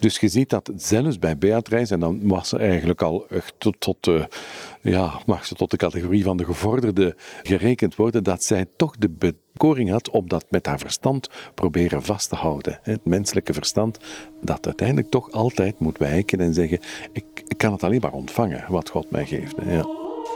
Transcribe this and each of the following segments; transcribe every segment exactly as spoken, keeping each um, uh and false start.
Dus je ziet dat zelfs bij Beatrice, en dan was ze eigenlijk al echt tot, tot, uh, ja, mag ze tot de categorie van de gevorderde gerekend worden, dat zij toch de bekoring had om dat met haar verstand proberen vast te houden. Het menselijke verstand dat uiteindelijk toch altijd moet wijken en zeggen, ik, ik kan het alleen maar ontvangen wat God mij geeft. Ja.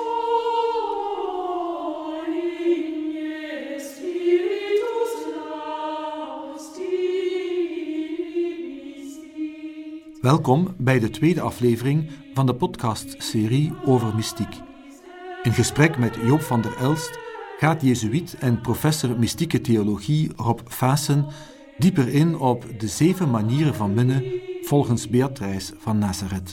Welkom bij de tweede aflevering van de podcastserie over mystiek. In gesprek met Joop van der Elst gaat jezuïet en professor mystieke theologie Rob Vaassen dieper in op de zeven manieren van minnen volgens Beatrice van Nazareth.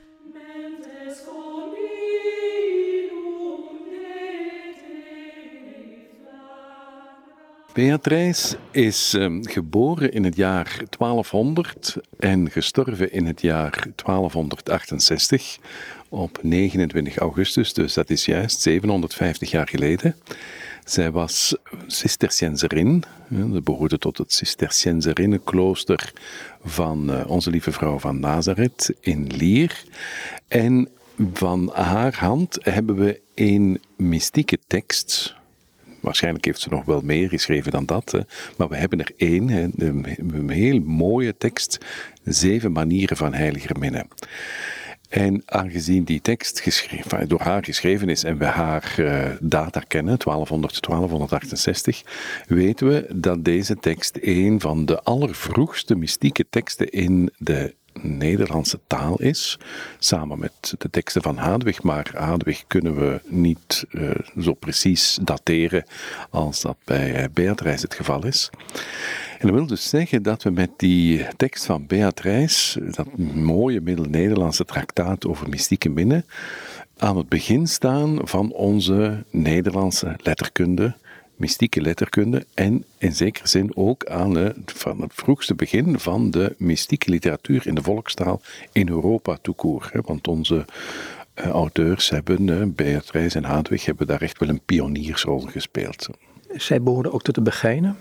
Beatrice is um, geboren in het jaar twaalfhonderd en gestorven in het jaar twaalfhonderdachtenzestig op negenentwintig augustus, dus dat is juist zevenhonderdvijftig jaar geleden. Zij was Cisterciënzerin, ze behoorde tot het Cisterciënzerinnenklooster van uh, Onze Lieve Vrouw van Nazareth in Lier. En van haar hand hebben we een mystieke tekst. Waarschijnlijk heeft ze nog wel meer geschreven dan dat, hè. Maar we hebben er één, hè, een heel mooie tekst, Zeven manieren van heiliger minnen. En aangezien die tekst geschreven, door haar geschreven is en we haar uh, data kennen, twaalfhonderd tot twaalfhonderdachtenzestig, weten we dat deze tekst een van de allervroegste mystieke teksten in de Nederlandse taal is, samen met de teksten van Hadewig, maar Hadewig kunnen we niet uh, zo precies dateren als dat bij uh, Beatrice het geval is. En dat wil dus zeggen dat we met die tekst van Beatrice, dat mooie Middel-Nederlandse traktaat over mystieke minnen, aan het begin staan van onze Nederlandse letterkunde, mystieke letterkunde en in zekere zin ook aan de, van het vroegste begin van de mystieke literatuur in de volkstaal in Europa tout court. Hè, want onze uh, auteurs hebben, uh, Beatrice en Hadewig, hebben daar echt wel een pioniersrol gespeeld. Zij behoorde ook tot de Begijnen?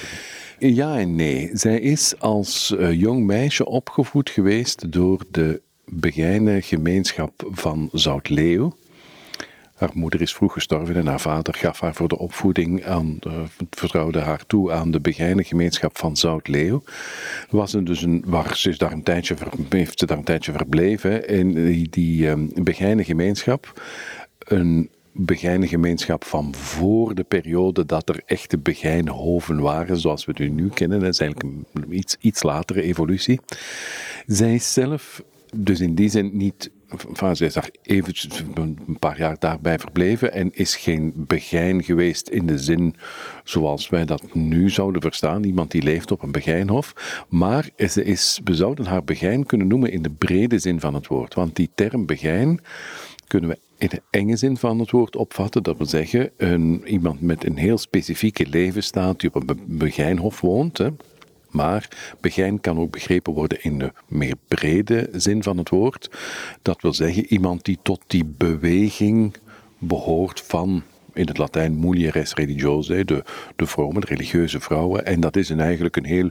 Ja en nee. Zij is als uh, jong meisje opgevoed geweest door de Begijnen gemeenschap van Zoutleeuw. Haar moeder is vroeg gestorven en haar vader gaf haar voor de opvoeding aan, uh, vertrouwde haar toe aan de Begijnen gemeenschap van Zoutleeuw. Was een, dus een, waar ze daar een tijdje ver, heeft ze daar een tijdje verbleven in die, die um, Begijnen gemeenschap. Een Begijnen gemeenschap van voor de periode dat er echte Begijnhoven waren, zoals we die nu kennen. Dat is eigenlijk een iets, iets latere evolutie. Zij is zelf dus in die zin niet, enfin, zij is daar even een paar jaar daarbij verbleven en is geen Begijn geweest in de zin zoals wij dat nu zouden verstaan, iemand die leeft op een Begijnhof, maar ze is, we zouden haar Begijn kunnen noemen in de brede zin van het woord, want die term Begijn kunnen we in de enge zin van het woord opvatten, dat wil zeggen een, iemand met een heel specifieke levensstaat die op een Begijnhof woont, hè. Maar Begijn kan ook begrepen worden in de meer brede zin van het woord. Dat wil zeggen iemand die tot die beweging behoort van, in het Latijn, mulieres religiose, de, de vrome, de religieuze vrouwen. En dat is een, eigenlijk een heel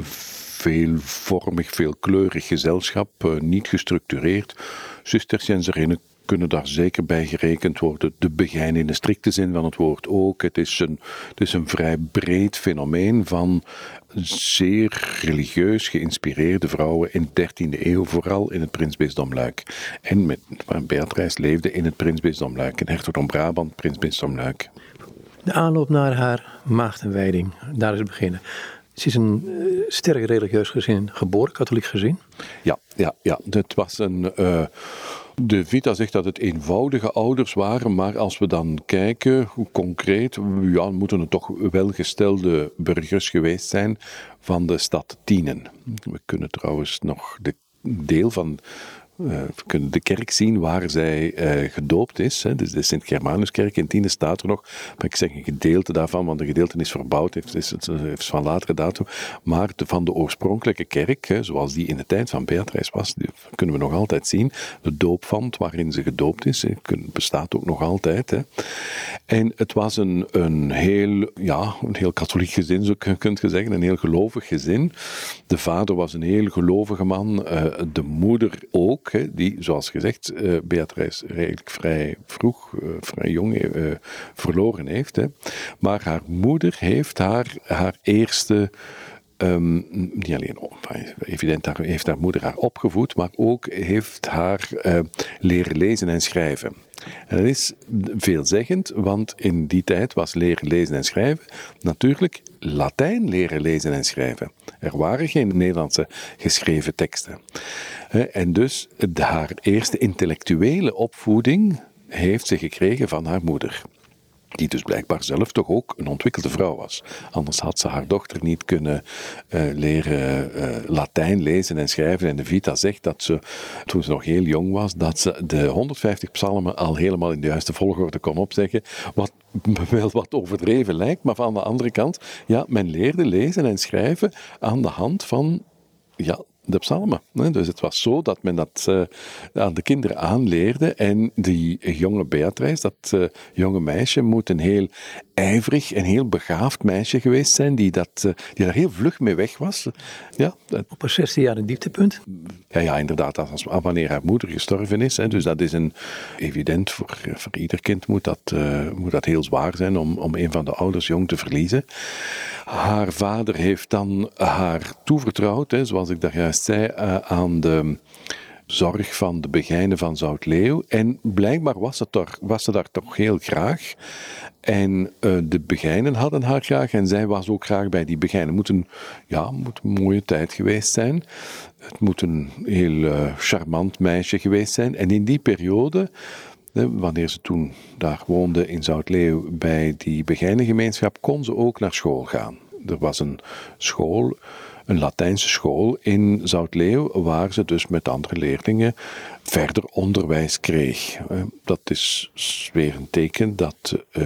veelvormig, veelkleurig gezelschap, uh, niet gestructureerd. Cisterciënzerinnen kunnen daar zeker bij gerekend worden. De Begijn in de strikte zin van het woord ook. Het is een, het is een vrij breed fenomeen van zeer religieus geïnspireerde vrouwen in de dertiende eeuw, vooral in het prinsbisdom Luik. En met, Beatrice leefde in het prinsbisdom Luik, in Hertogdom Brabant, prinsbisdom Luik. De aanloop naar haar maagdenwijding, daar is het beginnen. Ze is een uh, sterk religieus gezin geboren, katholiek gezin. Ja, ja, ja. Het was een... Uh, De Vita zegt dat het eenvoudige ouders waren, maar als we dan kijken, hoe concreet, ja, moeten het toch welgestelde burgers geweest zijn van de stad Tienen. We kunnen trouwens nog de deel van we kunnen de kerk zien waar zij uh, gedoopt is. Hè. Dus de Sint-Germanuskerk in Tiene staat er nog. Maar ik zeg een gedeelte daarvan, want een gedeelte is verbouwd, heeft, is, is van latere datum. Maar de, van de oorspronkelijke kerk, hè, zoals die in de tijd van Beatrix was, die kunnen we nog altijd zien. De doopvand waarin ze gedoopt is, hè, bestaat ook nog altijd. Hè. En het was een, een, heel, ja, een heel katholiek gezin, zo kunt je zeggen, een heel gelovig gezin. De vader was een heel gelovige man, uh, de moeder ook, hè, die, zoals gezegd, uh, Beatrix eigenlijk vrij vroeg, uh, vrij jong uh, verloren heeft. Hè. Maar haar moeder heeft haar, haar eerste... Um, niet alleen, evident heeft haar moeder haar opgevoed, maar ook heeft haar uh, leren lezen en schrijven. En dat is veelzeggend, want in die tijd was leren lezen en schrijven natuurlijk Latijn leren lezen en schrijven. Er waren geen Nederlandse geschreven teksten. En dus de, haar eerste intellectuele opvoeding heeft ze gekregen van haar moeder. Die dus blijkbaar zelf toch ook een ontwikkelde vrouw was. Anders had ze haar dochter niet kunnen uh, leren uh, Latijn lezen en schrijven. En de Vita zegt dat ze, toen ze nog heel jong was, dat ze de honderdvijftig psalmen al helemaal in de juiste volgorde kon opzeggen. Wat wel wat overdreven lijkt, maar van de andere kant, ja, men leerde lezen en schrijven aan de hand van, ja, de psalmen. Dus het was zo dat men dat uh, aan de kinderen aanleerde en die jonge Beatrix, dat uh, jonge meisje, moet een heel ijverig en heel begaafd meisje geweest zijn, die, dat, uh, die daar heel vlug mee weg was. Ja, dat... Op een zestien jaar een dieptepunt? Ja, ja, inderdaad, als, wanneer haar moeder gestorven is. Hè, dus dat is een, evident, voor, voor ieder kind moet dat, uh, moet dat heel zwaar zijn om, om een van de ouders jong te verliezen. Haar vader heeft dan haar toevertrouwd, hè, zoals ik daar juist zei, uh, aan de zorg van de begijnen van Zoutleeuw. En blijkbaar was, het toch, was ze daar toch heel graag. En uh, de begijnen hadden haar graag en zij was ook graag bij die begijnen. Het moet een, ja, moet een mooie tijd geweest zijn. Het moet een heel uh, charmant meisje geweest zijn. En in die periode, wanneer ze toen daar woonde in Zoutleeuw bij die begijnengemeenschap, kon ze ook naar school gaan. Er was een school, een Latijnse school in Zoutleeuw, waar ze dus met andere leerlingen verder onderwijs kreeg. Dat is weer een teken dat uh,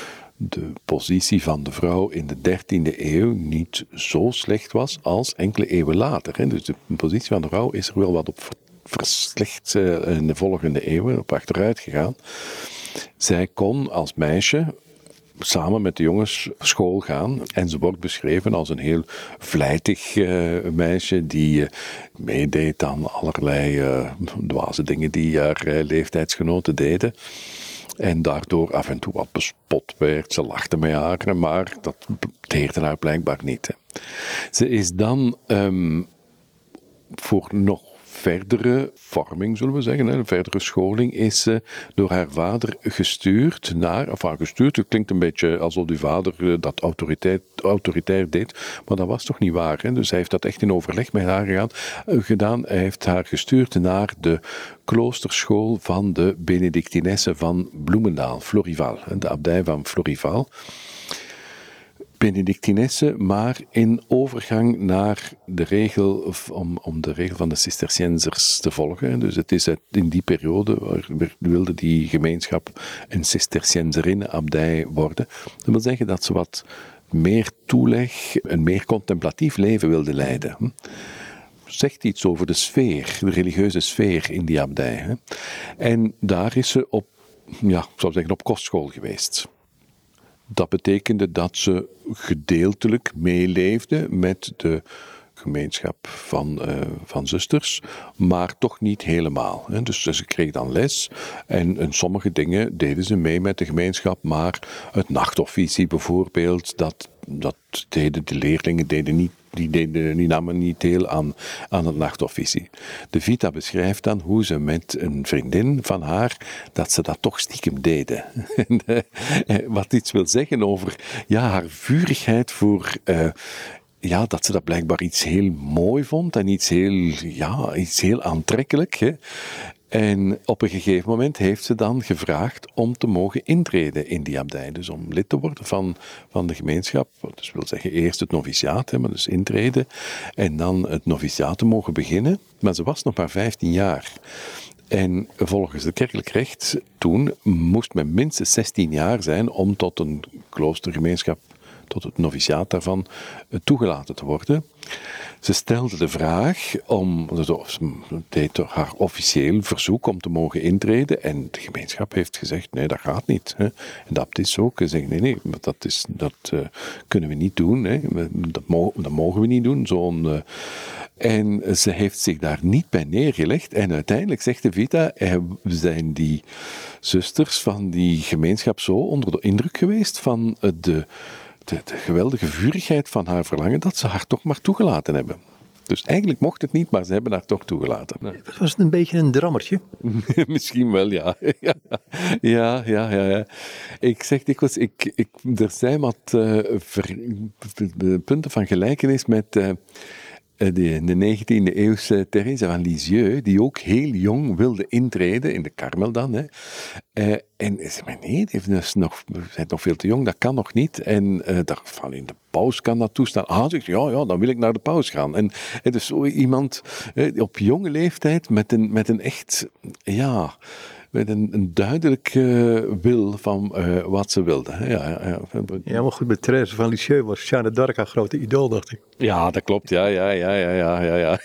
de positie van de vrouw in de dertiende eeuw niet zo slecht was als enkele eeuwen later. Dus de positie van de vrouw is er wel wat op verslecht in de volgende eeuwen, op achteruit gegaan. Zij kon als meisje samen met de jongens school gaan en ze wordt beschreven als een heel vlijtig uh, meisje die uh, meedeed aan allerlei uh, dwaze dingen die haar uh, leeftijdsgenoten deden. En daardoor af en toe wat bespot werd. Ze lachte met haar, maar dat deerde haar blijkbaar niet. Hè. Ze is dan um, voor nog verdere vorming, zullen we zeggen, een verdere scholing, is ze door haar vader gestuurd naar, enfin gestuurd, het klinkt een beetje alsof uw vader dat autoriteit, autoritair deed, maar dat was toch niet waar. Hè? Dus hij heeft dat echt in overleg met haar gegaan, gedaan. Hij heeft haar gestuurd naar de kloosterschool van de Benedictinessen van Bloemendaal, Florival, de abdij van Florival. Benedictinessen, maar in overgang naar de regel, om, om de regel van de Cisterciënsers te volgen. Dus het is in die periode, wilde die gemeenschap een Cisterciënserinnenabdij worden. Dat wil zeggen dat ze wat meer toeleg, een meer contemplatief leven wilde leiden. Zegt iets over de sfeer, de religieuze sfeer in die abdij. En daar is ze op, ja, ik zou zeggen, op kostschool geweest. Dat betekende dat ze gedeeltelijk meeleefde met de gemeenschap van, uh, van zusters, maar toch niet helemaal. Hè. Dus ze kreeg dan les en, en sommige dingen deden ze mee met de gemeenschap, maar het nachtofficie bijvoorbeeld, dat, dat deden de leerlingen deden niet. Die, deden, die namen niet deel aan, aan het nachtofficie. De Vita beschrijft dan hoe ze met een vriendin van haar, dat ze dat toch stiekem deden. Wat iets wil zeggen over ja, haar vurigheid voor... Uh, ja, dat ze dat blijkbaar iets heel mooi vond en iets heel, ja, iets heel aantrekkelijk. Hè. En op een gegeven moment heeft ze dan gevraagd om te mogen intreden in die abdij. Dus om lid te worden van, van de gemeenschap. Dus wil zeggen eerst het noviciaat, hè, maar dus intreden. En dan het noviciaat te mogen beginnen. Maar ze was nog maar vijftien jaar. En volgens het kerkelijk recht toen moest men minstens zestien jaar zijn om tot een kloostergemeenschap, tot het noviciaat daarvan, toegelaten te worden. Ze stelde de vraag om, ze deed haar officieel verzoek om te mogen intreden en de gemeenschap heeft gezegd, nee, dat gaat niet. Hè. En dat is ook, ze zeggen, nee, nee, dat, is, dat uh, kunnen we niet doen. Hè. Dat, mogen, dat mogen we niet doen. Zo'n, uh, en ze heeft zich daar niet bij neergelegd en uiteindelijk zegt de Vita, zijn die zusters van die gemeenschap zo onder de indruk geweest van de De, de geweldige vurigheid van haar verlangen, dat ze haar toch maar toegelaten hebben. Dus eigenlijk mocht het niet, maar ze hebben haar toch toegelaten. Was het een beetje een drammertje? Misschien wel, ja. ja. Ja, ja, ja, ja. Ik zeg dikwijls, ik, ik, er zijn wat uh, ver, punten van gelijkenis met uh, de, de negentiende eeuwse Thérèse van Lisieux, die ook heel jong wilde intreden, in de Karmel dan. Hè. Uh, en ze zei, nee, die is nog, zijn nog veel te jong, dat kan nog niet. En uh, daar, van in de paus kan dat toestaan. Ah, zegt ja, ja, dan wil ik naar de paus gaan. En het is zo iemand uh, op jonge leeftijd met een, met een echt, ja, met een, een duidelijke uh, wil van uh, wat ze wilde. Ja, ja, ja. Ja, maar goed, met Thérèse van Lisieux was Jeanne d'Arc haar grote idool, dacht ik. Ja, dat klopt. Ja, ja, ja, ja, ja, ja. ja.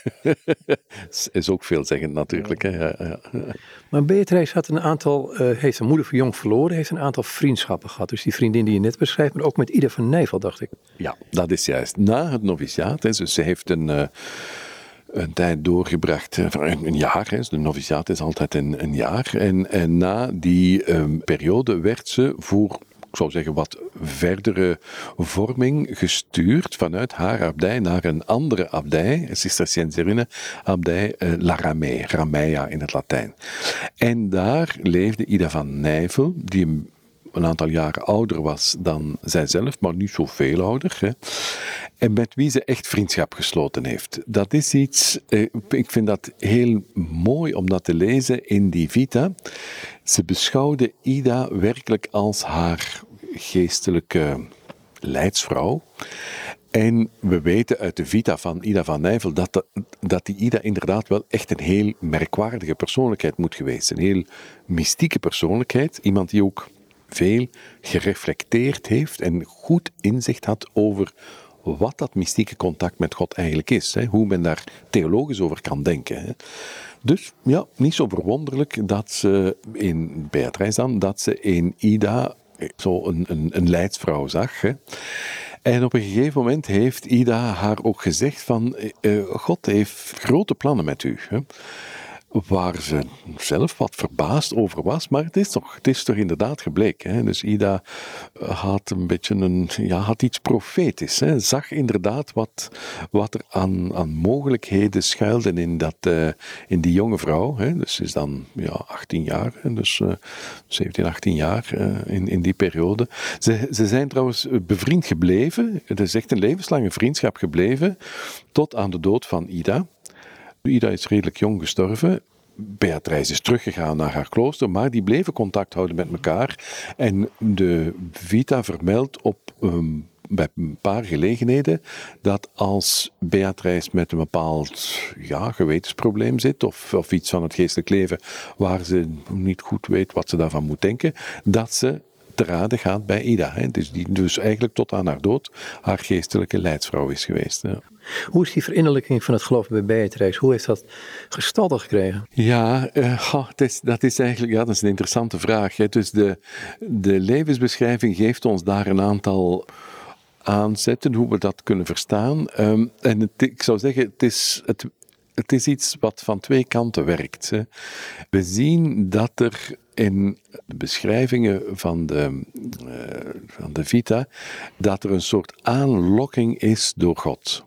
Is ook veelzeggend natuurlijk. Hè. Ja, ja. Maar Beatrix had een aantal, uh, heeft haar moeder jong verloren, heeft een aantal vriendschappen gehad. Dus die vriendin die je net beschrijft, maar ook met Ida van Nijvel, dacht ik. Ja, dat is juist. Na het noviciaat, hè, dus ze heeft een, uh, een tijd doorgebracht, uh, een, een jaar. Hè, dus de noviciaat is altijd een, een jaar. En, en na die um, periode werd ze voor, ik zou zeggen, wat verdere vorming gestuurd vanuit haar abdij naar een andere abdij, een Cisterciënserinnen abdij, uh, La Ramée, Rameia in het Latijn. En daar leefde Ida van Nijvel, die een, een aantal jaren ouder was dan zijzelf, maar niet zoveel ouder. Hè. En met wie ze echt vriendschap gesloten heeft. Dat is iets, eh, ik vind dat heel mooi om dat te lezen in die Vita. Ze beschouwde Ida werkelijk als haar geestelijke leidsvrouw. En we weten uit de Vita van Ida van Nijvel dat, de, dat die Ida inderdaad wel echt een heel merkwaardige persoonlijkheid moet geweest zijn. Een heel mystieke persoonlijkheid. Iemand die ook veel gereflecteerd heeft en goed inzicht had over wat dat mystieke contact met God eigenlijk is. Hè? Hoe men daar theologisch over kan denken. Hè? Dus ja, niet zo verwonderlijk dat ze in Beatrix dan, dat ze in Ida zo een, een, een leidsvrouw zag. Hè? En op een gegeven moment heeft Ida haar ook gezegd van, uh, God heeft grote plannen met u. Hè? Waar ze zelf wat verbaasd over was, maar het is toch, het is toch inderdaad gebleken. Hè? Dus Ida had een beetje een, ja, had iets profetisch. Hè? Zag inderdaad wat, wat er aan, aan mogelijkheden schuilden in, dat, uh, in die jonge vrouw. Hè? Dus ze is dan ja, achttien jaar, hè? Dus uh, zeventien, achttien jaar uh, in, in die periode. Ze, ze zijn trouwens bevriend gebleven. Het is echt een levenslange vriendschap gebleven, tot aan de dood van Ida. Ida is redelijk jong gestorven. Beatrix is teruggegaan naar haar klooster, maar die bleven contact houden met elkaar. En de Vita vermeldt op um, bij een paar gelegenheden dat als Beatrix met een bepaald ja, gewetensprobleem zit, of, of iets van het geestelijk leven waar ze niet goed weet wat ze daarvan moet denken, dat ze te raden gaat bij Ida. Hè. Dus die dus eigenlijk tot aan haar dood haar geestelijke leidsvrouw is geweest. Ja. Hoe is die verinnerlijking van het geloof bij Beatrix? Hoe heeft dat gestalte gekregen? Ja, uh, oh, dat, is, dat is eigenlijk ja, dat is een interessante vraag. Hè. Dus de, de levensbeschrijving geeft ons daar een aantal aanzetten, hoe we dat kunnen verstaan. Um, en het, ik zou zeggen, het is... Het, Het is iets wat van twee kanten werkt. Hè. We zien dat er in de beschrijvingen van de, uh, van de Vita, dat er een soort aanlokking is door God.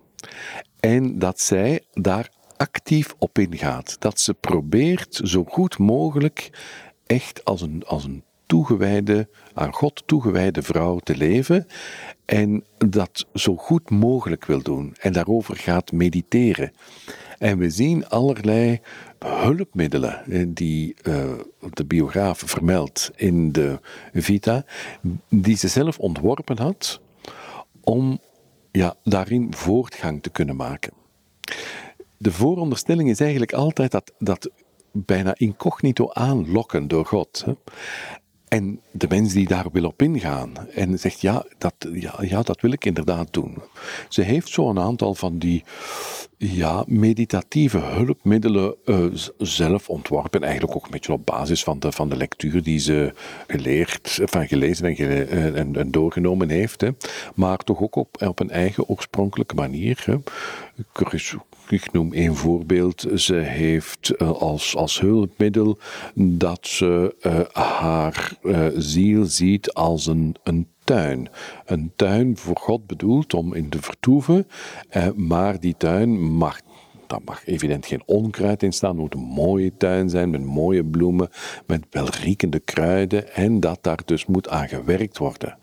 En dat zij daar actief op ingaat. Dat ze probeert zo goed mogelijk echt als een, als een toegewijde, aan God toegewijde vrouw te leven. En dat zo goed mogelijk wil doen. En daarover gaat mediteren. En we zien allerlei hulpmiddelen die uh, de biograaf vermeldt in de Vita, die ze zelf ontworpen had om ja, daarin voortgang te kunnen maken. De vooronderstelling is eigenlijk altijd dat, dat bijna incognito aanlokken door God. Hè? En de mens die daar wil op ingaan en zegt, ja dat, ja, ja, dat wil ik inderdaad doen. Ze heeft zo een aantal van die ja, meditatieve hulpmiddelen uh, zelf ontworpen. Eigenlijk ook een beetje op basis van de, van de lectuur die ze geleerd, van gelezen en, gele, en, en doorgenomen heeft. Hè. Maar toch ook op, op een eigen oorspronkelijke manier. Hè. Ik noem één voorbeeld. Ze heeft uh, als, als hulpmiddel dat ze uh, haar uh, ziel ziet als een, een tuin. Een tuin voor God bedoeld om in te vertoeven, uh, maar die tuin mag... Daar mag evident geen onkruid in staan. Het moet een mooie tuin zijn met mooie bloemen, met welriekende kruiden en dat daar dus moet aan gewerkt worden.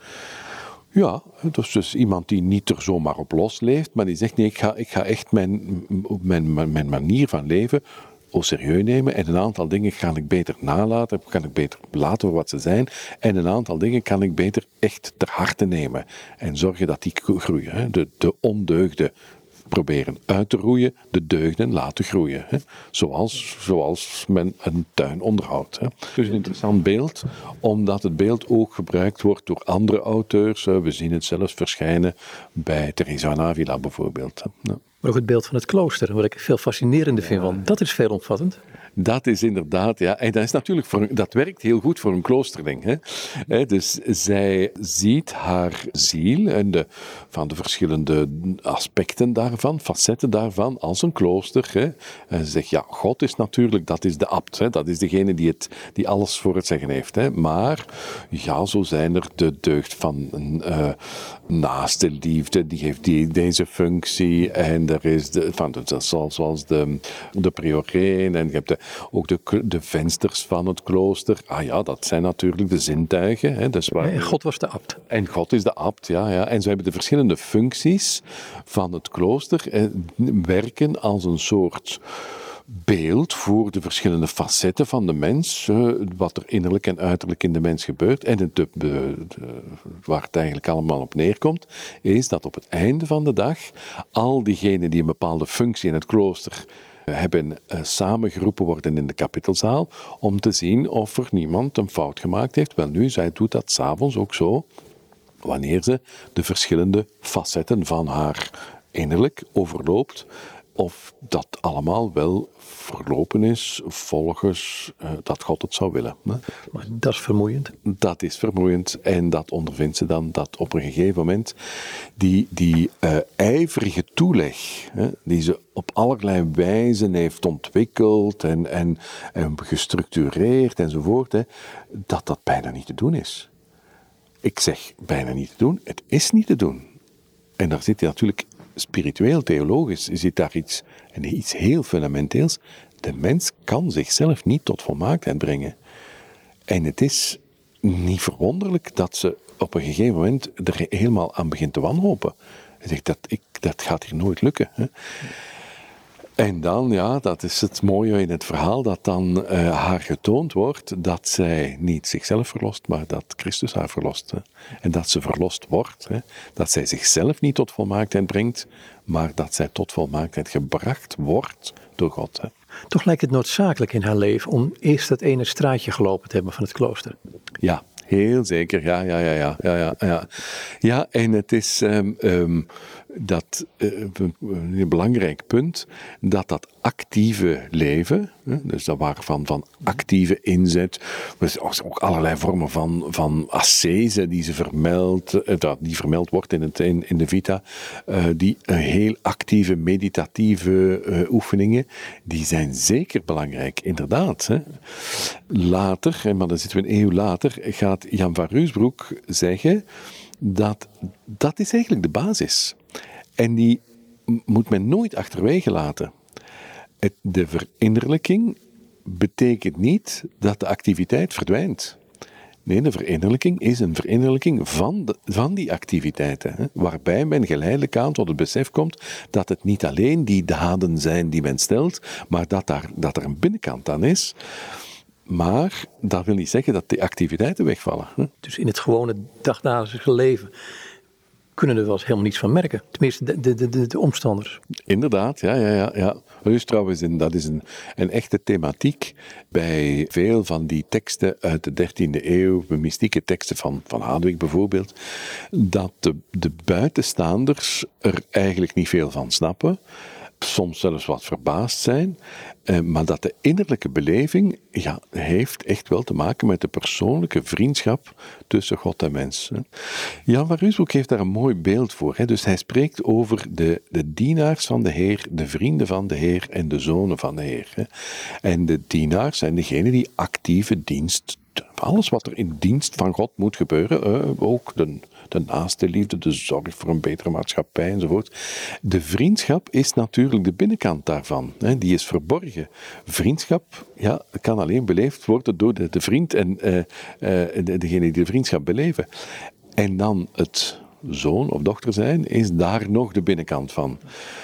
Ja, dat is dus iemand die niet er zomaar op los leeft, maar die zegt nee, ik ga, ik ga echt mijn, mijn, mijn manier van leven au serieus nemen en een aantal dingen kan ik beter nalaten, kan ik beter laten voor wat ze zijn en een aantal dingen kan ik beter echt ter harte nemen en zorgen dat die groeien. Hè. De, de ondeugden proberen uit te roeien, de deugden laten groeien. Hè. Zoals, zoals men een tuin onderhoudt. Hè. Dus een interessant beeld, omdat het beeld ook gebruikt wordt door andere auteurs. We zien het zelfs verschijnen bij Teresa van Avila bijvoorbeeld. Ja. Maar ook het beeld van het klooster, wat ik veel fascinerender vind, want dat is veelomvattend. Dat is inderdaad, ja. En dat is natuurlijk voor, dat werkt heel goed voor een kloosterling. Hè. He, dus zij ziet haar ziel en de, van de verschillende aspecten daarvan, facetten daarvan, als een klooster. Hè. En ze zegt, ja, God is natuurlijk, dat is de abt. Hè. Dat is degene die, het, die alles voor het zeggen heeft. Hè. Maar, ja, zo zijn er de deugd van een uh, naaste liefde, die heeft die, deze functie. En er is de, van, zoals de, de prioreen en je hebt de ook de, de vensters van het klooster. Ah ja, dat zijn natuurlijk de zintuigen. Hè, dus waar... En God was de abt. En God is de abt, ja. ja. En zo hebben de verschillende functies van het klooster eh, werken als een soort beeld voor de verschillende facetten van de mens, eh, wat er innerlijk en uiterlijk in de mens gebeurt. En het, de, de, waar het eigenlijk allemaal op neerkomt, is dat op het einde van de dag al diegenen die een bepaalde functie in het klooster hebben uh, samengeroepen worden in de kapittelzaal om te zien of er niemand een fout gemaakt heeft. Wel nu, zij doet dat 's avonds ook zo, wanneer ze de verschillende facetten van haar innerlijk overloopt, of dat allemaal wel verlopen is volgens uh, dat God het zou willen. Hè. Maar dat is vermoeiend. Dat is vermoeiend en dat ondervindt ze dan, dat op een gegeven moment die, die uh, ijverige toeleg, hè, die ze op allerlei wijzen heeft ontwikkeld en, en, en gestructureerd enzovoort, hè, dat dat bijna niet te doen is. Ik zeg bijna niet te doen, het is niet te doen. En daar zit natuurlijk spiritueel, theologisch, zit daar iets, iets heel fundamenteels. De mens kan zichzelf niet tot volmaaktheid brengen. En het is niet verwonderlijk dat ze op een gegeven moment er helemaal aan begint te wanhopen. Hij zegt, dat, ik, dat gaat hier nooit lukken. Hè. En dan, ja, dat is het mooie in het verhaal, dat dan uh, haar getoond wordt dat zij niet zichzelf verlost, maar dat Christus haar verlost. Hè. En dat ze verlost wordt. Hè. Dat zij zichzelf niet tot volmaaktheid brengt, maar dat zij tot volmaaktheid gebracht wordt door God. Hè. Toch lijkt het noodzakelijk in haar leven om eerst dat ene straatje gelopen te hebben van het klooster. Ja, heel zeker. Ja, ja, ja, ja, ja, ja. Ja, ja en het is um, um, dat uh, een belangrijk punt, dat dat actieve leven, hè, dus dat waarvan van actieve inzet, dus ook allerlei vormen van, van ascese die ze vermeldt, uh, die vermeld wordt in, het, in, in de Vita, uh, die uh, heel actieve meditatieve uh, oefeningen, die zijn zeker belangrijk, inderdaad. Hè. Later, maar dan zitten we een eeuw later, gaat Jan van Ruusbroek zeggen dat dat is eigenlijk de basis. En die moet men nooit achterwege laten. Het, de verinnerlijking betekent niet dat de activiteit verdwijnt. Nee, de verinnerlijking is een verinnerlijking van, de, van die activiteiten. Hè, waarbij men geleidelijk aan tot het besef komt dat het niet alleen die daden zijn die men stelt, maar dat, daar, dat er een binnenkant aan is. Maar dat wil niet zeggen dat die activiteiten wegvallen. Hè. Dus in het gewone dagdagelijkse leven kunnen er wel eens helemaal niets van merken. Tenminste, de, de, de, de omstanders. Inderdaad, ja, ja, ja. ja. Dat is trouwens een, dat is een, een echte thematiek bij veel van die teksten uit de dertiende eeuw, de mystieke teksten van, van Hadwig bijvoorbeeld, dat de, de buitenstaanders er eigenlijk niet veel van snappen, soms zelfs wat verbaasd zijn, eh, maar dat de innerlijke beleving ja, heeft echt wel te maken met de persoonlijke vriendschap tussen God en mens. Hè. Jan van Ruusbroek heeft daar een mooi beeld voor. Hè. Dus hij spreekt over de, de dienaars van de Heer, de vrienden van de Heer en de zonen van de Heer. Hè. En de dienaars zijn degenen die actieve dienst, alles wat er in dienst van God moet gebeuren, eh, ook de de naaste liefde, de zorg voor een betere maatschappij enzovoort. De vriendschap is natuurlijk de binnenkant daarvan. Hè, die is verborgen. Vriendschap ja, kan alleen beleefd worden door de, de vriend en uh, uh, de, degene die de vriendschap beleven. En dan het zoon of dochter zijn is daar nog de binnenkant van.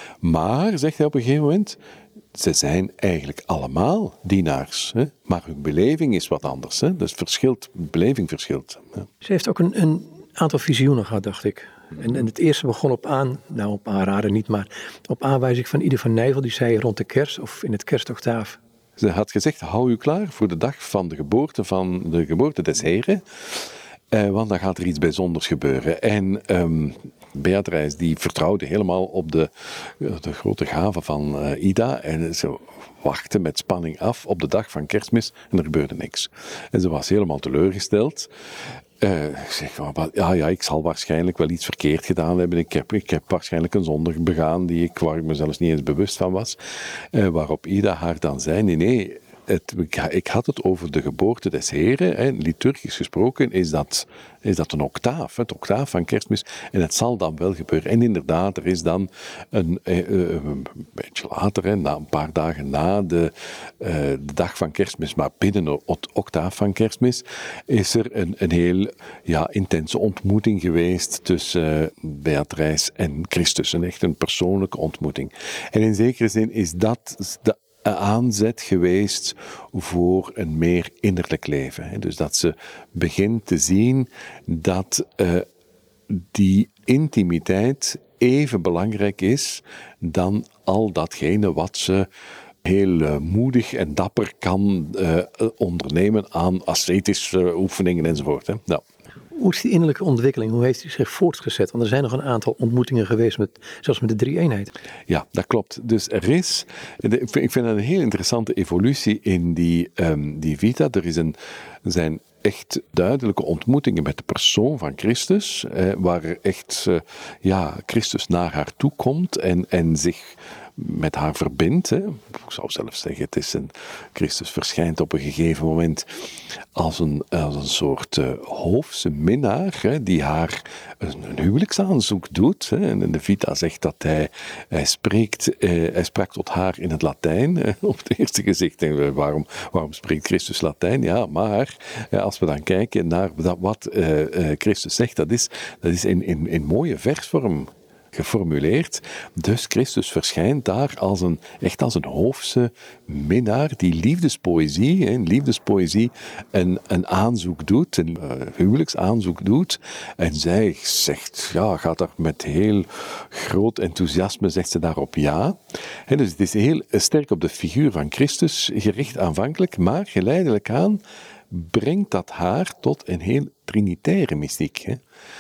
Maar, zegt hij op een gegeven moment, ze zijn eigenlijk allemaal dienaars. Hè? Maar hun beleving is wat anders. Hè? Dus verschilt, beleving verschilt. Hè? Ze heeft ook een, een aantal visioenen gehad, dacht ik. En, en het eerste begon op aan, nou op aanraden niet, maar op aanwijzing van Ieder van Nijvel, die zei rond de kerst of in het kerstoctaaf. Ze had gezegd, hou u klaar voor de dag van de geboorte van de geboorte des Heren. Eh, want dan gaat er iets bijzonders gebeuren. En um, Beatrice die vertrouwde helemaal op de, de grote gave van uh, Ida. En ze wachtte met spanning af op de dag van Kerstmis en er gebeurde niks. En ze was helemaal teleurgesteld. Uh, ik zeg, ja, ja, ik zal waarschijnlijk wel iets verkeerd gedaan hebben. Ik heb, ik heb waarschijnlijk een zonde begaan die ik, waar ik me zelfs niet eens bewust van was. Uh, waarop Ida haar dan zei, nee, nee, het, ik had het over de geboorte des Heren. Hè. Liturgisch gesproken is dat, is dat een octaaf, het octaaf van Kerstmis. En het zal dan wel gebeuren. En inderdaad, er is dan een, een, een beetje later, hè, na, een paar dagen na de, uh, de dag van Kerstmis, maar binnen het octaaf van Kerstmis, is er een, een heel ja, intense ontmoeting geweest tussen uh, Beatrice en Christus. Een echt een persoonlijke ontmoeting. En in zekere zin is dat de aanzet geweest voor een meer innerlijk leven. Dus dat ze begint te zien dat uh, die intimiteit even belangrijk is dan al datgene wat ze heel uh, moedig en dapper kan uh, ondernemen aan ascetische oefeningen enzovoort. Hè. Nou. Hoe is die innerlijke ontwikkeling? Hoe heeft die zich voortgezet? Want er zijn nog een aantal ontmoetingen geweest, met, zelfs met de drie-eenheid. Ja, dat klopt. Dus er is, ik vind dat een heel interessante evolutie in die, um, die Vita. Er is een, er zijn echt duidelijke ontmoetingen met de persoon van Christus, eh, waar er echt uh, ja, Christus naar haar toe komt en, en zich met haar verbindt. Hè. Ik zou zelf zeggen, het is een, Christus verschijnt op een gegeven moment als een, als een soort uh, hoofdse minnaar, hè, die haar een, een huwelijksaanzoek doet. Hè. En de Vita zegt dat hij, hij, spreekt, uh, hij sprak tot haar in het Latijn. Hè. Op het eerste gezicht denken we, waarom, waarom spreekt Christus Latijn? Ja, maar ja, als we dan kijken naar wat uh, uh, Christus zegt, dat is, dat is in, in, in mooie versvorm geformuleerd. Dus Christus verschijnt daar als een, echt als een hoofdse minnaar die liefdespoëzie, hè, liefdespoëzie een, een aanzoek doet, een uh, huwelijksaanzoek doet. En zij zegt, ja, gaat daar met heel groot enthousiasme, zegt ze daarop ja. En dus het is heel sterk op de figuur van Christus gericht aanvankelijk, maar geleidelijk aan brengt dat haar tot een heel trinitaire mystiek. Hè.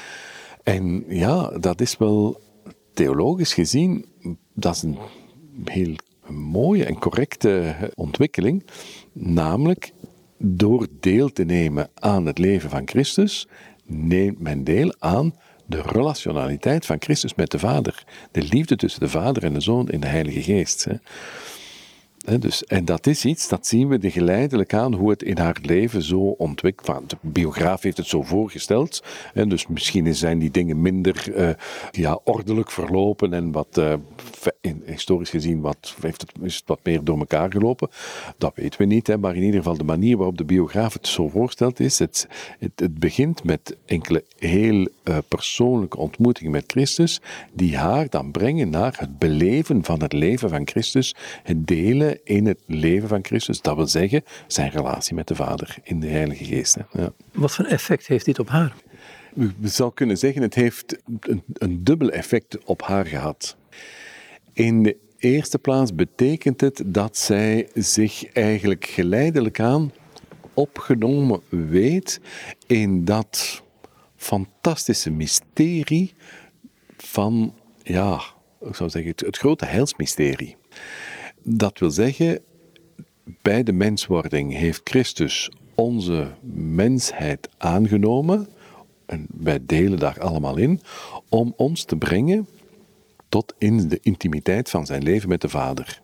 En ja, dat is wel theologisch gezien, dat is een heel mooie en correcte ontwikkeling, namelijk door deel te nemen aan het leven van Christus, neemt men deel aan de relationaliteit van Christus met de Vader, de liefde tussen de Vader en de Zoon in de Heilige Geest. He, dus, en dat is iets, dat zien we de geleidelijk aan hoe het in haar leven zo ontwikkelt. De biograaf heeft het zo voorgesteld. He, dus misschien zijn die dingen minder uh, ja, ordelijk verlopen en wat, uh, in, historisch gezien wat, heeft het, is het wat meer door elkaar gelopen. Dat weten we niet, he, maar in ieder geval de manier waarop de biograaf het zo voorstelt is, het, het, het begint met enkele heel uh, persoonlijke ontmoetingen met Christus, die haar dan brengen naar het beleven van het leven van Christus, het delen in het leven van Christus, dat wil zeggen zijn relatie met de Vader in de Heilige Geest. Hè. Ja. Wat voor effect heeft dit op haar? We zouden kunnen zeggen, het heeft een, een dubbel effect op haar gehad. In de eerste plaats betekent het dat zij zich eigenlijk geleidelijk aan opgenomen weet in dat fantastische mysterie van, ja, ik zou zeggen, het, het grote heilsmysterie. Dat wil zeggen, bij de menswording heeft Christus onze mensheid aangenomen, en wij delen daar allemaal in, om ons te brengen tot in de intimiteit van zijn leven met de Vader.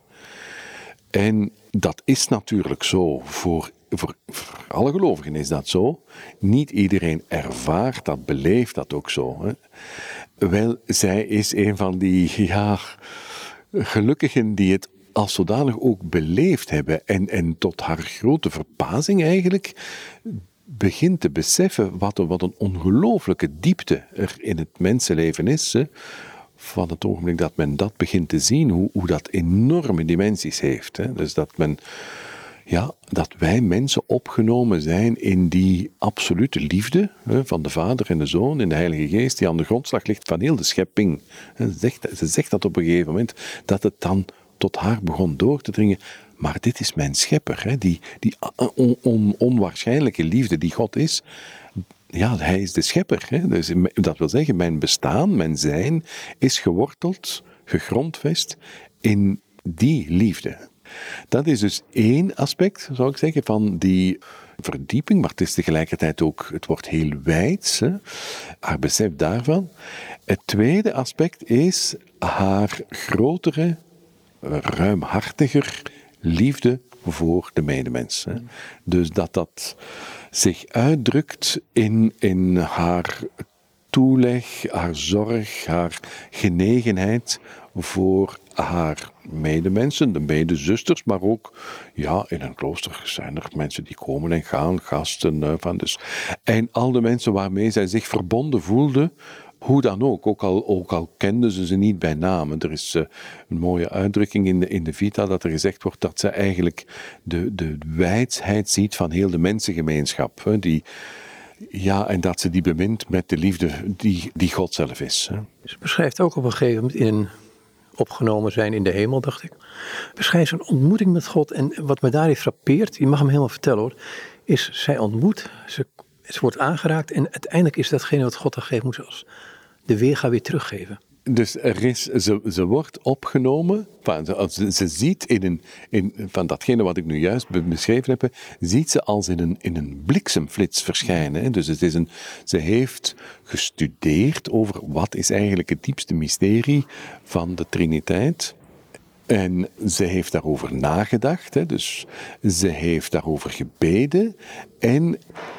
En dat is natuurlijk zo, voor, voor, voor alle gelovigen is dat zo. Niet iedereen ervaart dat, beleeft dat ook zo. Hè. Wel, zij is een van die ja, gelukkigen die het als zodanig ook beleefd hebben en, en tot haar grote verbazing eigenlijk begint te beseffen wat een, wat een ongelooflijke diepte er in het mensenleven is. Hè. Van het ogenblik dat men dat begint te zien, hoe, hoe dat enorme dimensies heeft. Hè. Dus dat men, ja, dat wij mensen opgenomen zijn in die absolute liefde hè, van de Vader en de Zoon en de Heilige Geest, die aan de grondslag ligt van heel de schepping. Ze zegt, ze zegt dat op een gegeven moment, dat het dan tot haar begon door te dringen. Maar dit is mijn schepper, hè, die, die on, on, onwaarschijnlijke liefde die God is. Ja, hij is de schepper. Hè. Dus dat wil zeggen, mijn bestaan, mijn zijn, is geworteld, gegrondvest in die liefde. Dat is dus één aspect, zou ik zeggen, van die verdieping, maar het is tegelijkertijd ook, het wordt heel wijds, hè, haar besef daarvan. Het tweede aspect is haar grotere, ruimhartiger liefde voor de medemens. Hè. Dus dat dat zich uitdrukt in, in haar toeleg, haar zorg, haar genegenheid voor haar medemensen, de medezusters, maar ook ja, in een klooster zijn er mensen die komen en gaan, gasten. Uh, van dus. En al de mensen waarmee zij zich verbonden voelde, hoe dan ook, ook al, ook al kenden ze ze niet bij naam. Er is uh, een mooie uitdrukking in de, in de Vita dat er gezegd wordt dat ze eigenlijk de, de wijsheid ziet van heel de mensengemeenschap. Hè, die, ja, en dat ze die bemint met de liefde die, die God zelf is. Hè. Ze beschrijft ook op een gegeven moment in een opgenomen zijn in de hemel, dacht ik. Beschrijft zo'n ontmoeting met God. En wat me daarin frappeert, je mag hem helemaal vertellen hoor, is zij ontmoet, ze, ze wordt aangeraakt en uiteindelijk is datgene wat God haar geeft, moet ze als de weerga weer teruggeven. Dus er is, ze, ze wordt opgenomen, van, ze, ze ziet in een, in, van datgene wat ik nu juist beschreven heb, ziet ze als in een, in een bliksemflits verschijnen. Hè. Dus het is een, ze heeft gestudeerd over wat is eigenlijk het diepste mysterie van de Triniteit. En ze heeft daarover nagedacht, hè. Dus ze heeft daarover gebeden en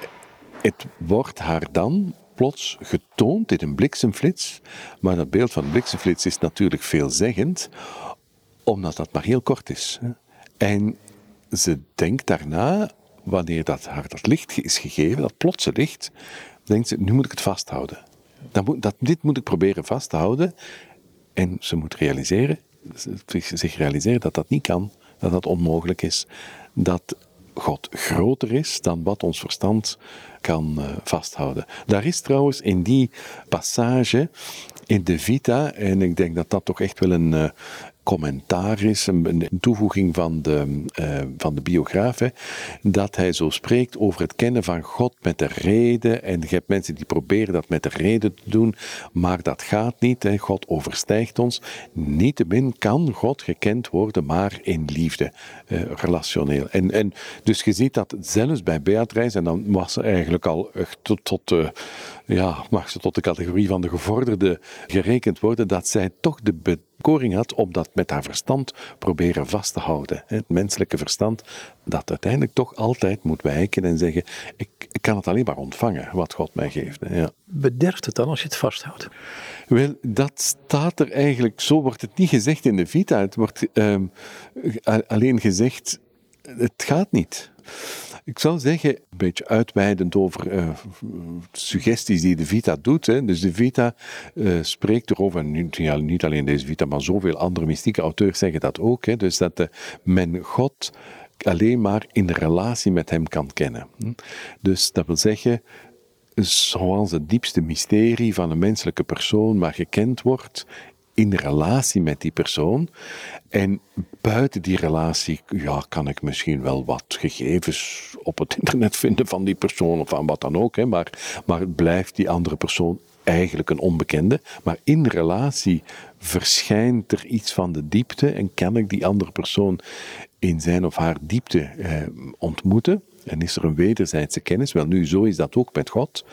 het wordt haar dan plots getoond in een bliksemflits. Maar dat beeld van de bliksemflits is natuurlijk veelzeggend, omdat dat maar heel kort is. En ze denkt daarna, wanneer dat haar dat licht is gegeven, dat plotse licht, denkt ze, nu moet ik het vasthouden. Dat moet, dat, dit moet ik proberen vast te houden. En ze moet realiseren, zich realiseren dat dat niet kan, dat dat onmogelijk is. Dat God groter is dan wat ons verstand kan uh, vasthouden. Daar is trouwens in die passage in de Vita, en ik denk dat dat toch echt wel een uh, commentaar is, een, een toevoeging van de, uh, van de biograaf, hè, dat hij zo spreekt over het kennen van God met de reden. En je hebt mensen die proberen dat met de reden te doen, maar dat gaat niet. Hè. God overstijgt ons. Niettemin kan God gekend worden, maar in liefde, uh, relationeel. En, en dus je ziet dat zelfs bij Beatrice, en dan was ze eigenlijk al echt tot, tot uh, ja, mag ze tot de categorie van de gevorderde gerekend worden, dat zij toch de bekoring had om dat met haar verstand proberen vast te houden. Het menselijke verstand dat uiteindelijk toch altijd moet wijken en zeggen, ik, ik kan het alleen maar ontvangen wat God mij geeft. Ja. Bederft het dan als je het vasthoudt? Wel, dat staat er eigenlijk, zo wordt het niet gezegd in de Vita. Het wordt um, alleen gezegd, het gaat niet. Ik zou zeggen, een beetje uitweidend over uh, suggesties die de Vita doet. Hè. Dus de Vita uh, spreekt erover, en niet, ja, niet alleen deze Vita, maar zoveel andere mystieke auteurs zeggen dat ook. Hè. Dus dat uh, men God alleen maar in relatie met hem kan kennen. Dus dat wil zeggen, zoals het diepste mysterie van een menselijke persoon maar gekend wordt in relatie met die persoon. En buiten die relatie, ja, kan ik misschien wel wat gegevens op het internet vinden van die persoon of van wat dan ook. Hè, maar, maar blijft die andere persoon eigenlijk een onbekende. Maar in relatie verschijnt er iets van de diepte en kan ik die andere persoon in zijn of haar diepte eh, ontmoeten. En is er een wederzijdse kennis? Wel nu, zo is dat ook met God.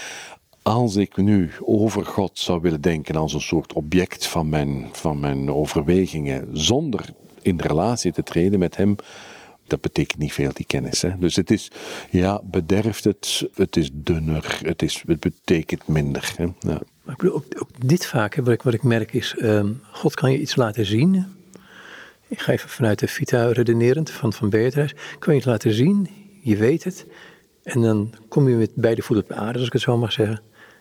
Als ik nu over God zou willen denken als een soort object van mijn, van mijn overwegingen, zonder in relatie te treden met hem, dat betekent niet veel, die kennis. Hè? Dus het is, ja, bederft het, het is dunner, het, is, het betekent minder. Hè? Ja. Maar ik bedoel, ook, ook dit vaak, hè, wat, ik, wat ik merk is, um, God kan je iets laten zien. Ik ga even vanuit de Vita redenerend van, van Beatrice. Kan je iets laten zien, je weet het. En dan kom je met beide voeten op aarde, als ik het zo mag zeggen.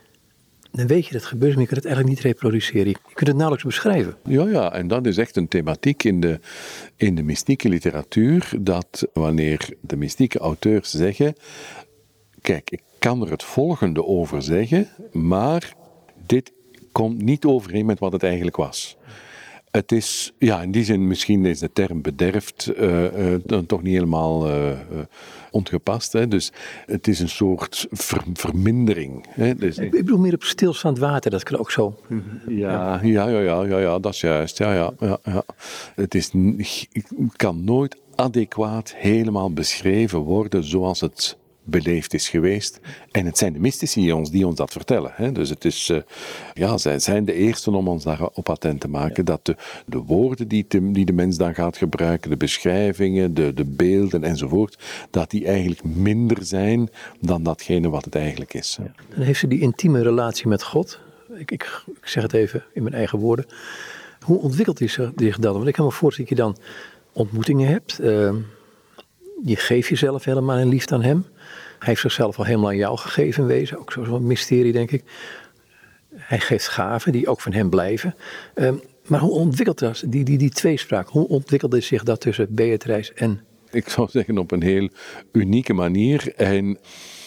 Dan weet je dat het gebeurt, maar je kunt het eigenlijk niet reproduceren. Je kunt het nauwelijks beschrijven. Ja, ja, en dat is echt een thematiek in de, in de mystieke literatuur, dat wanneer de mystieke auteurs zeggen, kijk, ik kan er het volgende over zeggen, maar dit komt niet overeen met wat het eigenlijk was. Het is, ja, in die zin, misschien is de term bederft uh, uh, dan toch niet helemaal uh, uh, ongepast. Hè? Dus het is een soort ver, vermindering. Hè? Dus, ik bedoel meer op stilstaand water, dat kan ook zo. Ja, ja, ja, ja, ja, ja, dat is juist. Ja, ja, ja, ja. Het is, kan nooit adequaat helemaal beschreven worden zoals het beleefd is geweest. En het zijn de mystici die ons, die ons dat vertellen. Hè. Dus het is, uh, ja, zij zijn de eersten om ons daarop attent te maken, ja, dat de, de woorden die, te, die de mens dan gaat gebruiken, de beschrijvingen, de, de beelden enzovoort, dat die eigenlijk minder zijn dan datgene wat het eigenlijk is. Ja. Dan heeft ze die intieme relatie met God. Ik, ik, ik zeg het even in mijn eigen woorden. Hoe ontwikkelt die zich dan? Want ik kan me voorstellen dat je dan ontmoetingen hebt. Uh, je geeft jezelf helemaal in liefde aan hem. Hij heeft zichzelf al helemaal aan jou gegeven in wezen. Ook zo'n mysterie, denk ik. Hij geeft gaven die ook van hem blijven. Um, maar hoe ontwikkelt dat, die, die, die tweespraak, hoe ontwikkelde zich dat tussen Beatrice en... Ik zou zeggen op een heel unieke manier. En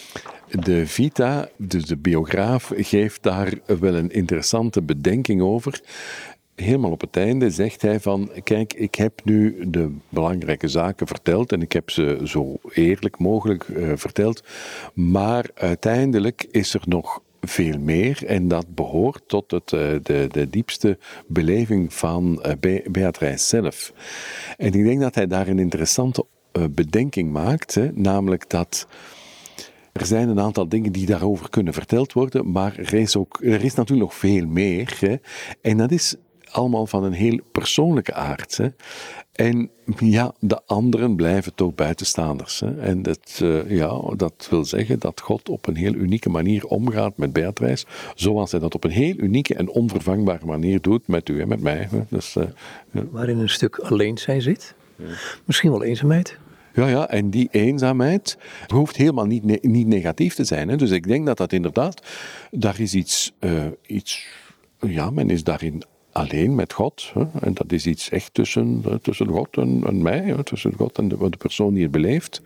de Vita, dus de biograaf, geeft daar wel een interessante bedenking over. Helemaal op het einde zegt hij van, kijk, ik heb nu de belangrijke zaken verteld en ik heb ze zo eerlijk mogelijk uh, verteld, maar uiteindelijk is er nog veel meer en dat behoort tot het, uh, de, de diepste beleving van uh, Be- Beatrice zelf. En ik denk dat hij daar een interessante uh, bedenking maakt, hè, namelijk dat er zijn een aantal dingen die daarover kunnen verteld worden, maar er is, ook, er is natuurlijk nog veel meer. Hè, en dat is allemaal van een heel persoonlijke aard. Hè. En ja, de anderen blijven toch buitenstaanders. Hè. En dat, uh, ja, dat wil zeggen dat God op een heel unieke manier omgaat met Beatrice, zoals hij dat op een heel unieke en onvervangbare manier doet met u en met mij. Hè. Dus, uh, ja. Waarin een stuk alleen zijn zit. Ja. Misschien wel eenzaamheid. Ja, ja, en die eenzaamheid hoeft helemaal niet, ne- niet negatief te zijn. Hè. Dus ik denk dat dat inderdaad, daar is iets, uh, iets ja, men is daarin alleen met God. Hè? En dat is iets echt tussen, tussen God en, en mij, hè? Tussen God en de, de persoon die het beleeft.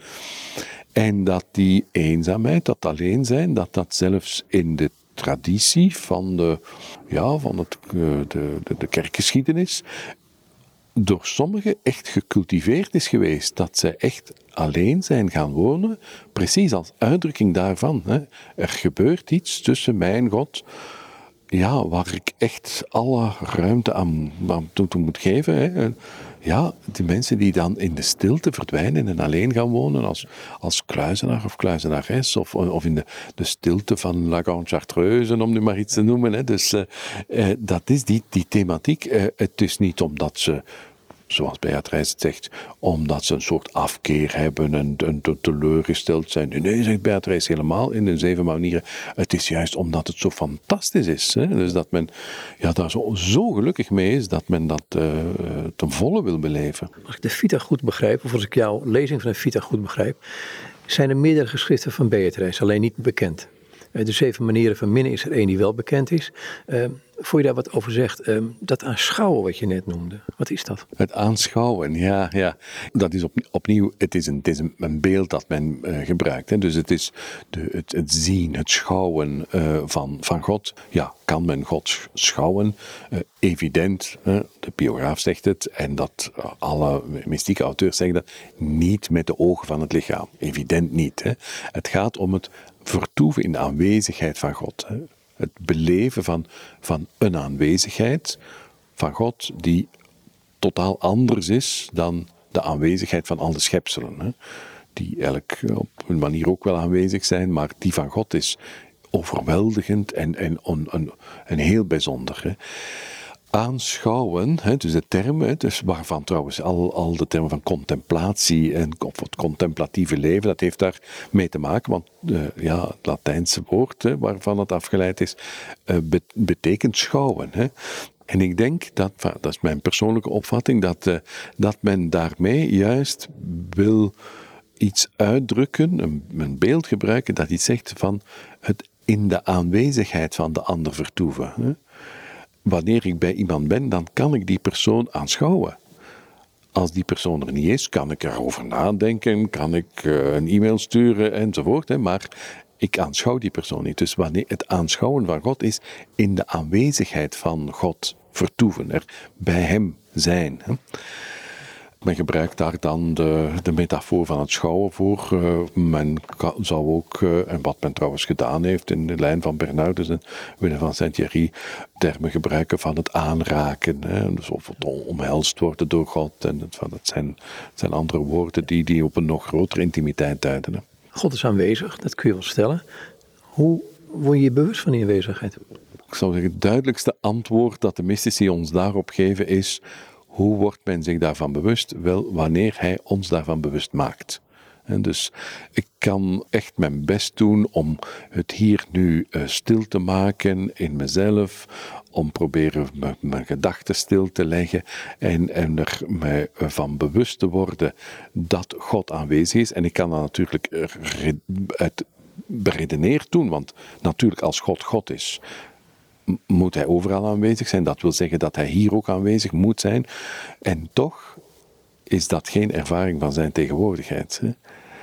En dat die eenzaamheid, dat alleen zijn, dat dat zelfs in de traditie van de, ja, van het, de, de, de kerkgeschiedenis door sommigen echt gecultiveerd is geweest. Dat zij echt alleen zijn gaan wonen, precies als uitdrukking daarvan. Hè? Er gebeurt iets tussen mij en God, ja, waar ik echt alle ruimte aan, aan toe moet geven. Hè. ja, die mensen die dan in de stilte verdwijnen en alleen gaan wonen als, als kluizenaar of kluizenares, of, of in de, de stilte van La Grande Chartreuse, om nu maar iets te noemen. Hè. Dus uh, uh, dat is die, die thematiek. Uh, het is niet omdat ze, zoals Beatrice het zegt, omdat ze een soort afkeer hebben en, en teleurgesteld zijn. Nee, zegt Beatrice helemaal in de zeven manieren. Het is juist omdat het zo fantastisch is. Hè? Dus dat men ja, daar zo, zo gelukkig mee is dat men dat uh, ten volle wil beleven. Als ik de Vita goed begrijp, of als ik jouw lezing van de Vita goed begrijp, zijn er meerdere geschriften van Beatrice, alleen niet bekend. De zeven manieren van minnen is er één die wel bekend is. Uh, voor je daar wat over zegt, uh, dat aanschouwen wat je net noemde, wat is dat? Het aanschouwen, ja, ja. Dat is op, opnieuw, het is een, het is een, een beeld dat men uh, gebruikt. Hè. Dus het is de, het, het zien, het schouwen uh, van, van God. Ja, kan men God schouwen? Uh, evident, uh, de biograaf zegt het, en dat uh, alle mystieke auteurs zeggen dat, niet met de ogen van het lichaam. Evident niet. Hè. Het gaat om het vertoeven in de aanwezigheid van God. Hè. Het beleven van, van een aanwezigheid van God die totaal anders is dan de aanwezigheid van alle schepselen. Hè. Die eigenlijk op hun manier ook wel aanwezig zijn, maar die van God is overweldigend en, en on, een, een heel bijzonder. Hè. Aanschouwen, hè, dus de termen, dus waarvan trouwens al, al de termen van contemplatie en of het contemplatieve leven, dat heeft daar mee te maken, want uh, ja, het Latijnse woord hè, waarvan het afgeleid is, uh, be- betekent schouwen. Hè. En ik denk dat, dat is mijn persoonlijke opvatting, dat, uh, dat men daarmee juist wil iets uitdrukken, een, een beeld gebruiken dat iets zegt van het in de aanwezigheid van de ander vertoeven. Hè. Wanneer ik bij iemand ben, dan kan ik die persoon aanschouwen. Als die persoon er niet is, kan ik erover nadenken, kan ik uh, een e-mail sturen enzovoort. Hè, maar ik aanschouw die persoon niet. Dus wanneer het aanschouwen van God is in de aanwezigheid van God vertoeven, er bij hem zijn. Hè. Men gebruikt daar dan de, de metafoor van het schouwen voor. Uh, men kan, zou ook, uh, en wat men trouwens gedaan heeft in de lijn van Bernardus en Willem van Saint-Thierry, termen gebruiken van het aanraken. Hè, dus of het omhelst worden door God. En het, het, zijn, het zijn andere woorden die, die op een nog grotere intimiteit duiden. Hè. God is aanwezig, dat kun je wel stellen. Hoe word je je bewust van die aanwezigheid? Ik zou zeggen, het duidelijkste antwoord dat de mystici ons daarop geven is: hoe wordt men zich daarvan bewust? Wel, wanneer hij ons daarvan bewust maakt. En dus ik kan echt mijn best doen om het hier nu uh, stil te maken in mezelf, om proberen m- mijn gedachten stil te leggen en, en er mij van bewust te worden dat God aanwezig is. En ik kan dat natuurlijk re- uit beredeneerd doen, want natuurlijk als God God is, moet hij overal aanwezig zijn. Dat wil zeggen dat hij hier ook aanwezig moet zijn. En toch is dat geen ervaring van zijn tegenwoordigheid. Hè.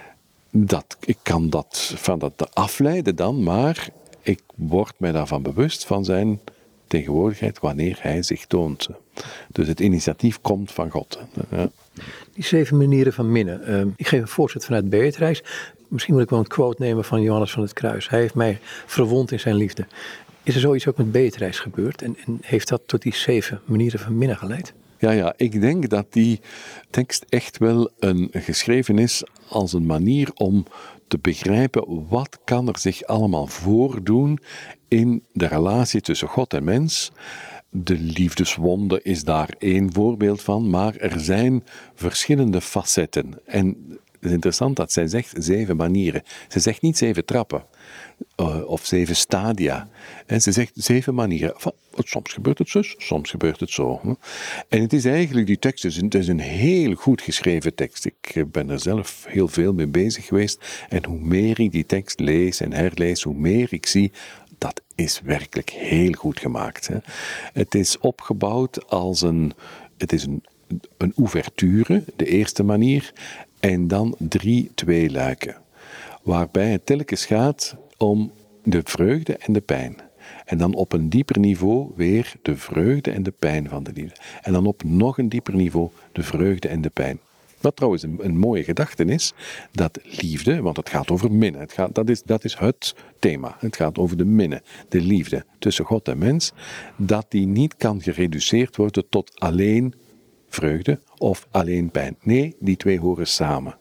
Dat, ik kan dat van dat afleiden dan, maar ik word mij daarvan bewust van zijn tegenwoordigheid wanneer hij zich toont. Dus het initiatief komt van God. Ja. Die zeven manieren van minnen. Uh, ik geef een voorzet vanuit Beatrice. Misschien moet ik wel een quote nemen van Johannes van het Kruis. Hij heeft mij verwond in zijn liefde. Is er zoiets ook met Beatrice gebeurd? En, en heeft dat tot die zeven manieren van minnen geleid? Ja, ja, ik denk dat die tekst echt wel een, geschreven is als een manier om te begrijpen wat kan er zich allemaal voordoen in de relatie tussen God en mens. De liefdeswonde is daar één voorbeeld van, maar er zijn verschillende facetten. En het is interessant dat zij zegt zeven manieren. Ze zegt niet zeven trappen. Uh, of zeven stadia. En ze zegt zeven manieren. Van, soms gebeurt het zo, soms gebeurt het zo. En het is eigenlijk, die tekst is een, het is een heel goed geschreven tekst. Ik ben er zelf heel veel mee bezig geweest. En hoe meer ik die tekst lees en herlees, hoe meer ik zie, dat is werkelijk heel goed gemaakt. Hè. Het is opgebouwd als een, het is een, een ouverture, de eerste manier, en dan drie tweeluiken. Waarbij het telkens gaat om de vreugde en de pijn. En dan op een dieper niveau weer de vreugde en de pijn van de liefde. En dan op nog een dieper niveau de vreugde en de pijn. Wat trouwens een, een mooie gedachte is, dat liefde, want het gaat over minnen. Het gaat, dat, is, dat is het thema. Het gaat over de minnen, de liefde tussen God en mens. Dat die niet kan gereduceerd worden tot alleen vreugde of alleen pijn. Nee, die twee horen samen.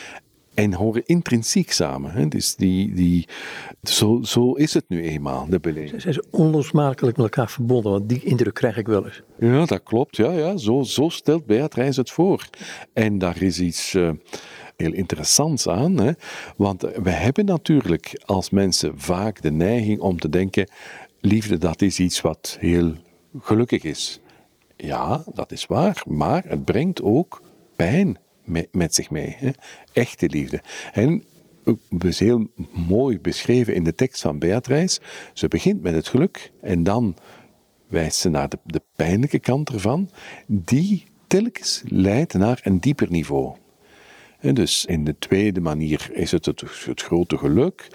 En horen intrinsiek samen. Hè? Dus die, die, zo, zo is het nu eenmaal, de beleving. Ze zijn onlosmakelijk met elkaar verbonden, want die indruk krijg ik wel eens. Ja, dat klopt. Ja, ja. Zo, zo stelt Beatrice het voor. En daar is iets uh, heel interessants aan. Hè? Want we hebben natuurlijk als mensen vaak de neiging om te denken, liefde, dat is iets wat heel gelukkig is. Ja, dat is waar. Maar het brengt ook pijn met zich mee. Hè? Echte liefde. En het is heel mooi beschreven in de tekst van Beatrice. Ze begint met het geluk en dan wijst ze naar de, de pijnlijke kant ervan, die telkens leidt naar een dieper niveau. En dus in de tweede manier is het, het het grote geluk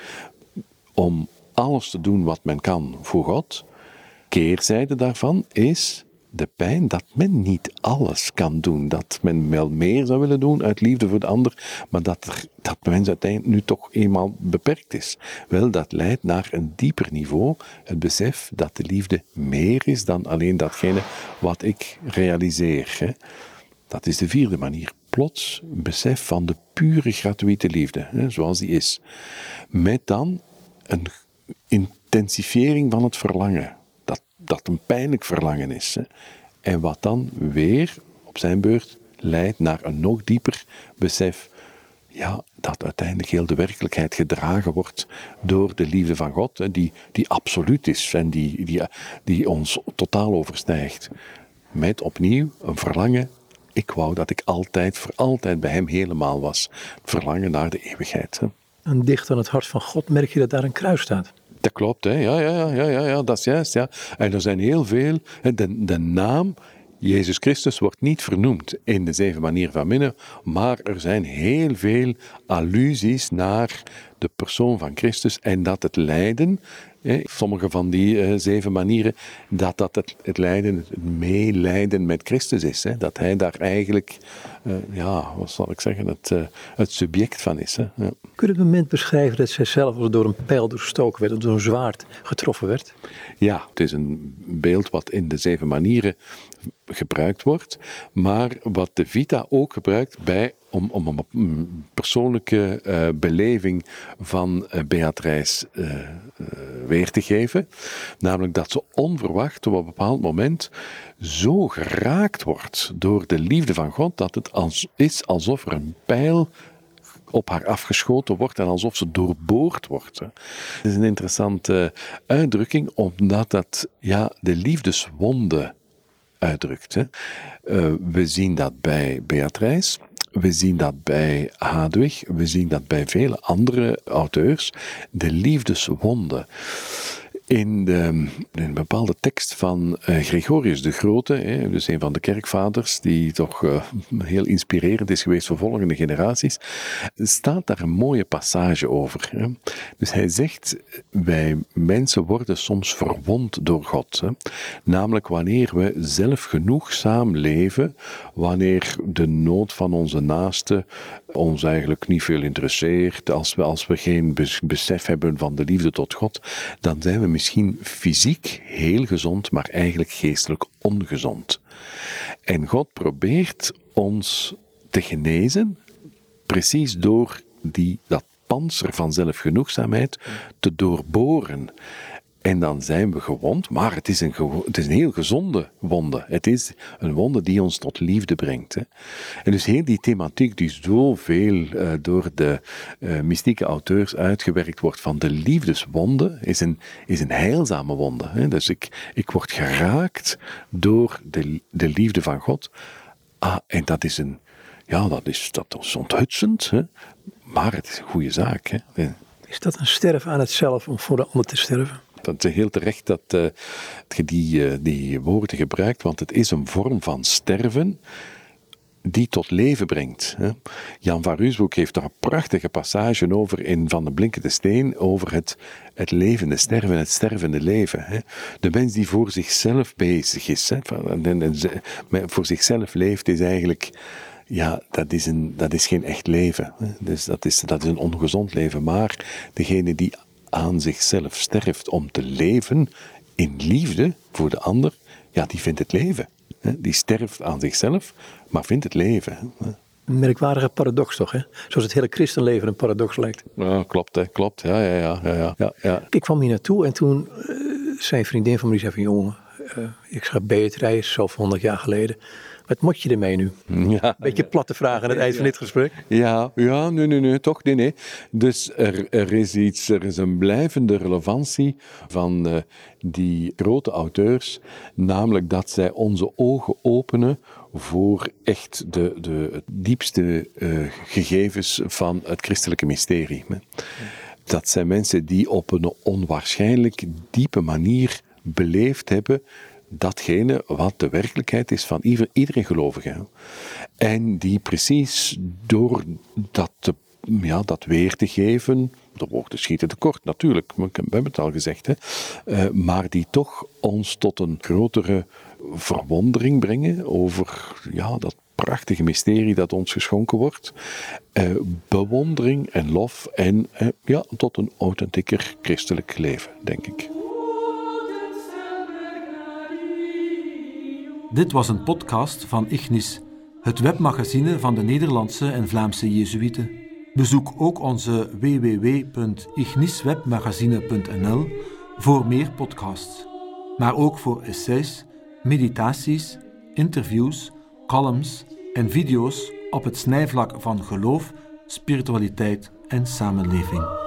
om alles te doen wat men kan voor God. Keerzijde daarvan is de pijn dat men niet alles kan doen. Dat men wel meer zou willen doen uit liefde voor de ander, maar dat, er, dat mens uiteindelijk nu toch eenmaal beperkt is. Wel, dat leidt naar een dieper niveau. Het besef dat de liefde meer is dan alleen datgene wat ik realiseer. Hè. Dat is de vierde manier. Plots besef van de pure gratuite liefde, hè, zoals die is. Met dan een intensivering van het verlangen. Dat, dat een pijnlijk verlangen is. Hè. En wat dan weer, op zijn beurt, leidt naar een nog dieper besef, ja, dat uiteindelijk heel de werkelijkheid gedragen wordt door de liefde van God, hè, die, die absoluut is en die, die, die ons totaal overstijgt. Met opnieuw een verlangen, ik wou dat ik altijd, voor altijd bij hem helemaal was. Verlangen naar de eeuwigheid. Hè. En dicht aan het hart van God merk je dat daar een kruis staat. Dat klopt, hè? Ja, ja, ja, ja, ja, dat is juist. Ja. En er zijn heel veel, de, de naam Jezus Christus wordt niet vernoemd in de zeven manieren van minnen, maar er zijn heel veel allusies naar de persoon van Christus en dat het lijden, sommige van die uh, zeven manieren, dat dat het, het lijden, het meelijden met Christus is. Hè? Dat hij daar eigenlijk, uh, ja, wat zal ik zeggen, het, uh, het subject van is. Hè? Ja. Kun je het moment beschrijven dat zij zelf als door een pijl doorstoken werd, of door een zwaard getroffen werd? Ja, het is een beeld wat in de zeven manieren gebruikt wordt, maar wat de Vita ook gebruikt bij, om, om een persoonlijke uh, beleving van uh, Beatrice uh, uh, weer te geven. Namelijk dat ze onverwacht op een bepaald moment zo geraakt wordt door de liefde van God, dat het als, is alsof er een pijl op haar afgeschoten wordt en alsof ze doorboord wordt. Het is een interessante uitdrukking, omdat dat ja, de liefdeswonde uitdrukt. Hè. Uh, we zien dat bij Beatrice, we zien dat bij Hadwig, we zien dat bij vele andere auteurs, de liefdeswonde. In, de, in een bepaalde tekst van uh, Gregorius de Grote, hè, dus een van de kerkvaders, die toch uh, heel inspirerend is geweest voor volgende generaties, staat daar een mooie passage over. Hè. Dus hij zegt, wij mensen worden soms verwond door God. Hè. Namelijk wanneer we zelfgenoegzaam leven, wanneer de nood van onze naaste ons eigenlijk niet veel interesseert, als we, als we geen besef hebben van de liefde tot God, dan zijn we misschien fysiek heel gezond, maar eigenlijk geestelijk ongezond. En God probeert ons te genezen, precies door die, dat pantser van zelfgenoegzaamheid te doorboren. En dan zijn we gewond, maar het is een, gewo- het is een heel gezonde wonde. Het is een wonde die ons tot liefde brengt. Hè. En dus heel die thematiek die zoveel uh, door de uh, mystieke auteurs uitgewerkt wordt van de liefdeswonde, is een, is een heilzame wonde. Hè. Dus ik, ik word geraakt door de, de liefde van God. Ah, en dat is een, ja, dat is, dat is onthutsend, hè. Maar het is een goede zaak. Hè. Is dat een sterven aan het zelf om voor de ander te sterven? Het is heel terecht dat uh, je die, uh, die woorden gebruikt, want het is een vorm van sterven die tot leven brengt. Hè. Jan van Ruusbroek heeft daar een prachtige passage over in Van de Blinkende Steen, over het, het levende sterven, het stervende leven. Hè. De mens die voor zichzelf bezig is, hè, en, en, en, voor zichzelf leeft, is eigenlijk, ja, dat is, een, dat is geen echt leven. Hè. Dus dat is, dat is een ongezond leven. Maar degene die aan zichzelf sterft om te leven in liefde voor de ander, ja, die vindt het leven. Die sterft aan zichzelf, maar vindt het leven. Een merkwaardige paradox toch, hè? Zoals het hele christenleven een paradox lijkt. Ja, klopt, hè, klopt. Ja, ja, ja, ja, ja, ja. Ik kwam hier naartoe en toen uh, zei een vriendin van me, die zei van, jongen, uh, ik ga beetrijden, zoveel honderd jaar geleden. Wat moet je ermee nu? Ja, Beetje platte vraag aan het eind van dit gesprek. Ja, ja, nee, nee, nee, toch nee, nee. Dus er, er is iets, er is een blijvende relevantie van uh, die grote auteurs, namelijk dat zij onze ogen openen voor echt de, de diepste uh, gegevens van het christelijke mysterie. Dat zijn mensen die op een onwaarschijnlijk diepe manier beleefd hebben datgene wat de werkelijkheid is van ieder, iedere gelovige. En die precies door dat, te, ja, dat weer te geven, de woorden schieten tekort natuurlijk, we hebben het al gezegd, hè, uh, maar die toch ons tot een grotere verwondering brengen over ja, dat prachtige mysterie dat ons geschonken wordt. Uh, bewondering en lof en uh, ja, tot een authentieker christelijk leven, denk ik. Dit was een podcast van Ignis, het webmagazine van de Nederlandse en Vlaamse Jezuïeten. Bezoek ook onze w w w punt igniswebmagazine punt n l voor meer podcasts, maar ook voor essays, meditaties, interviews, columns en video's op het snijvlak van geloof, spiritualiteit en samenleving.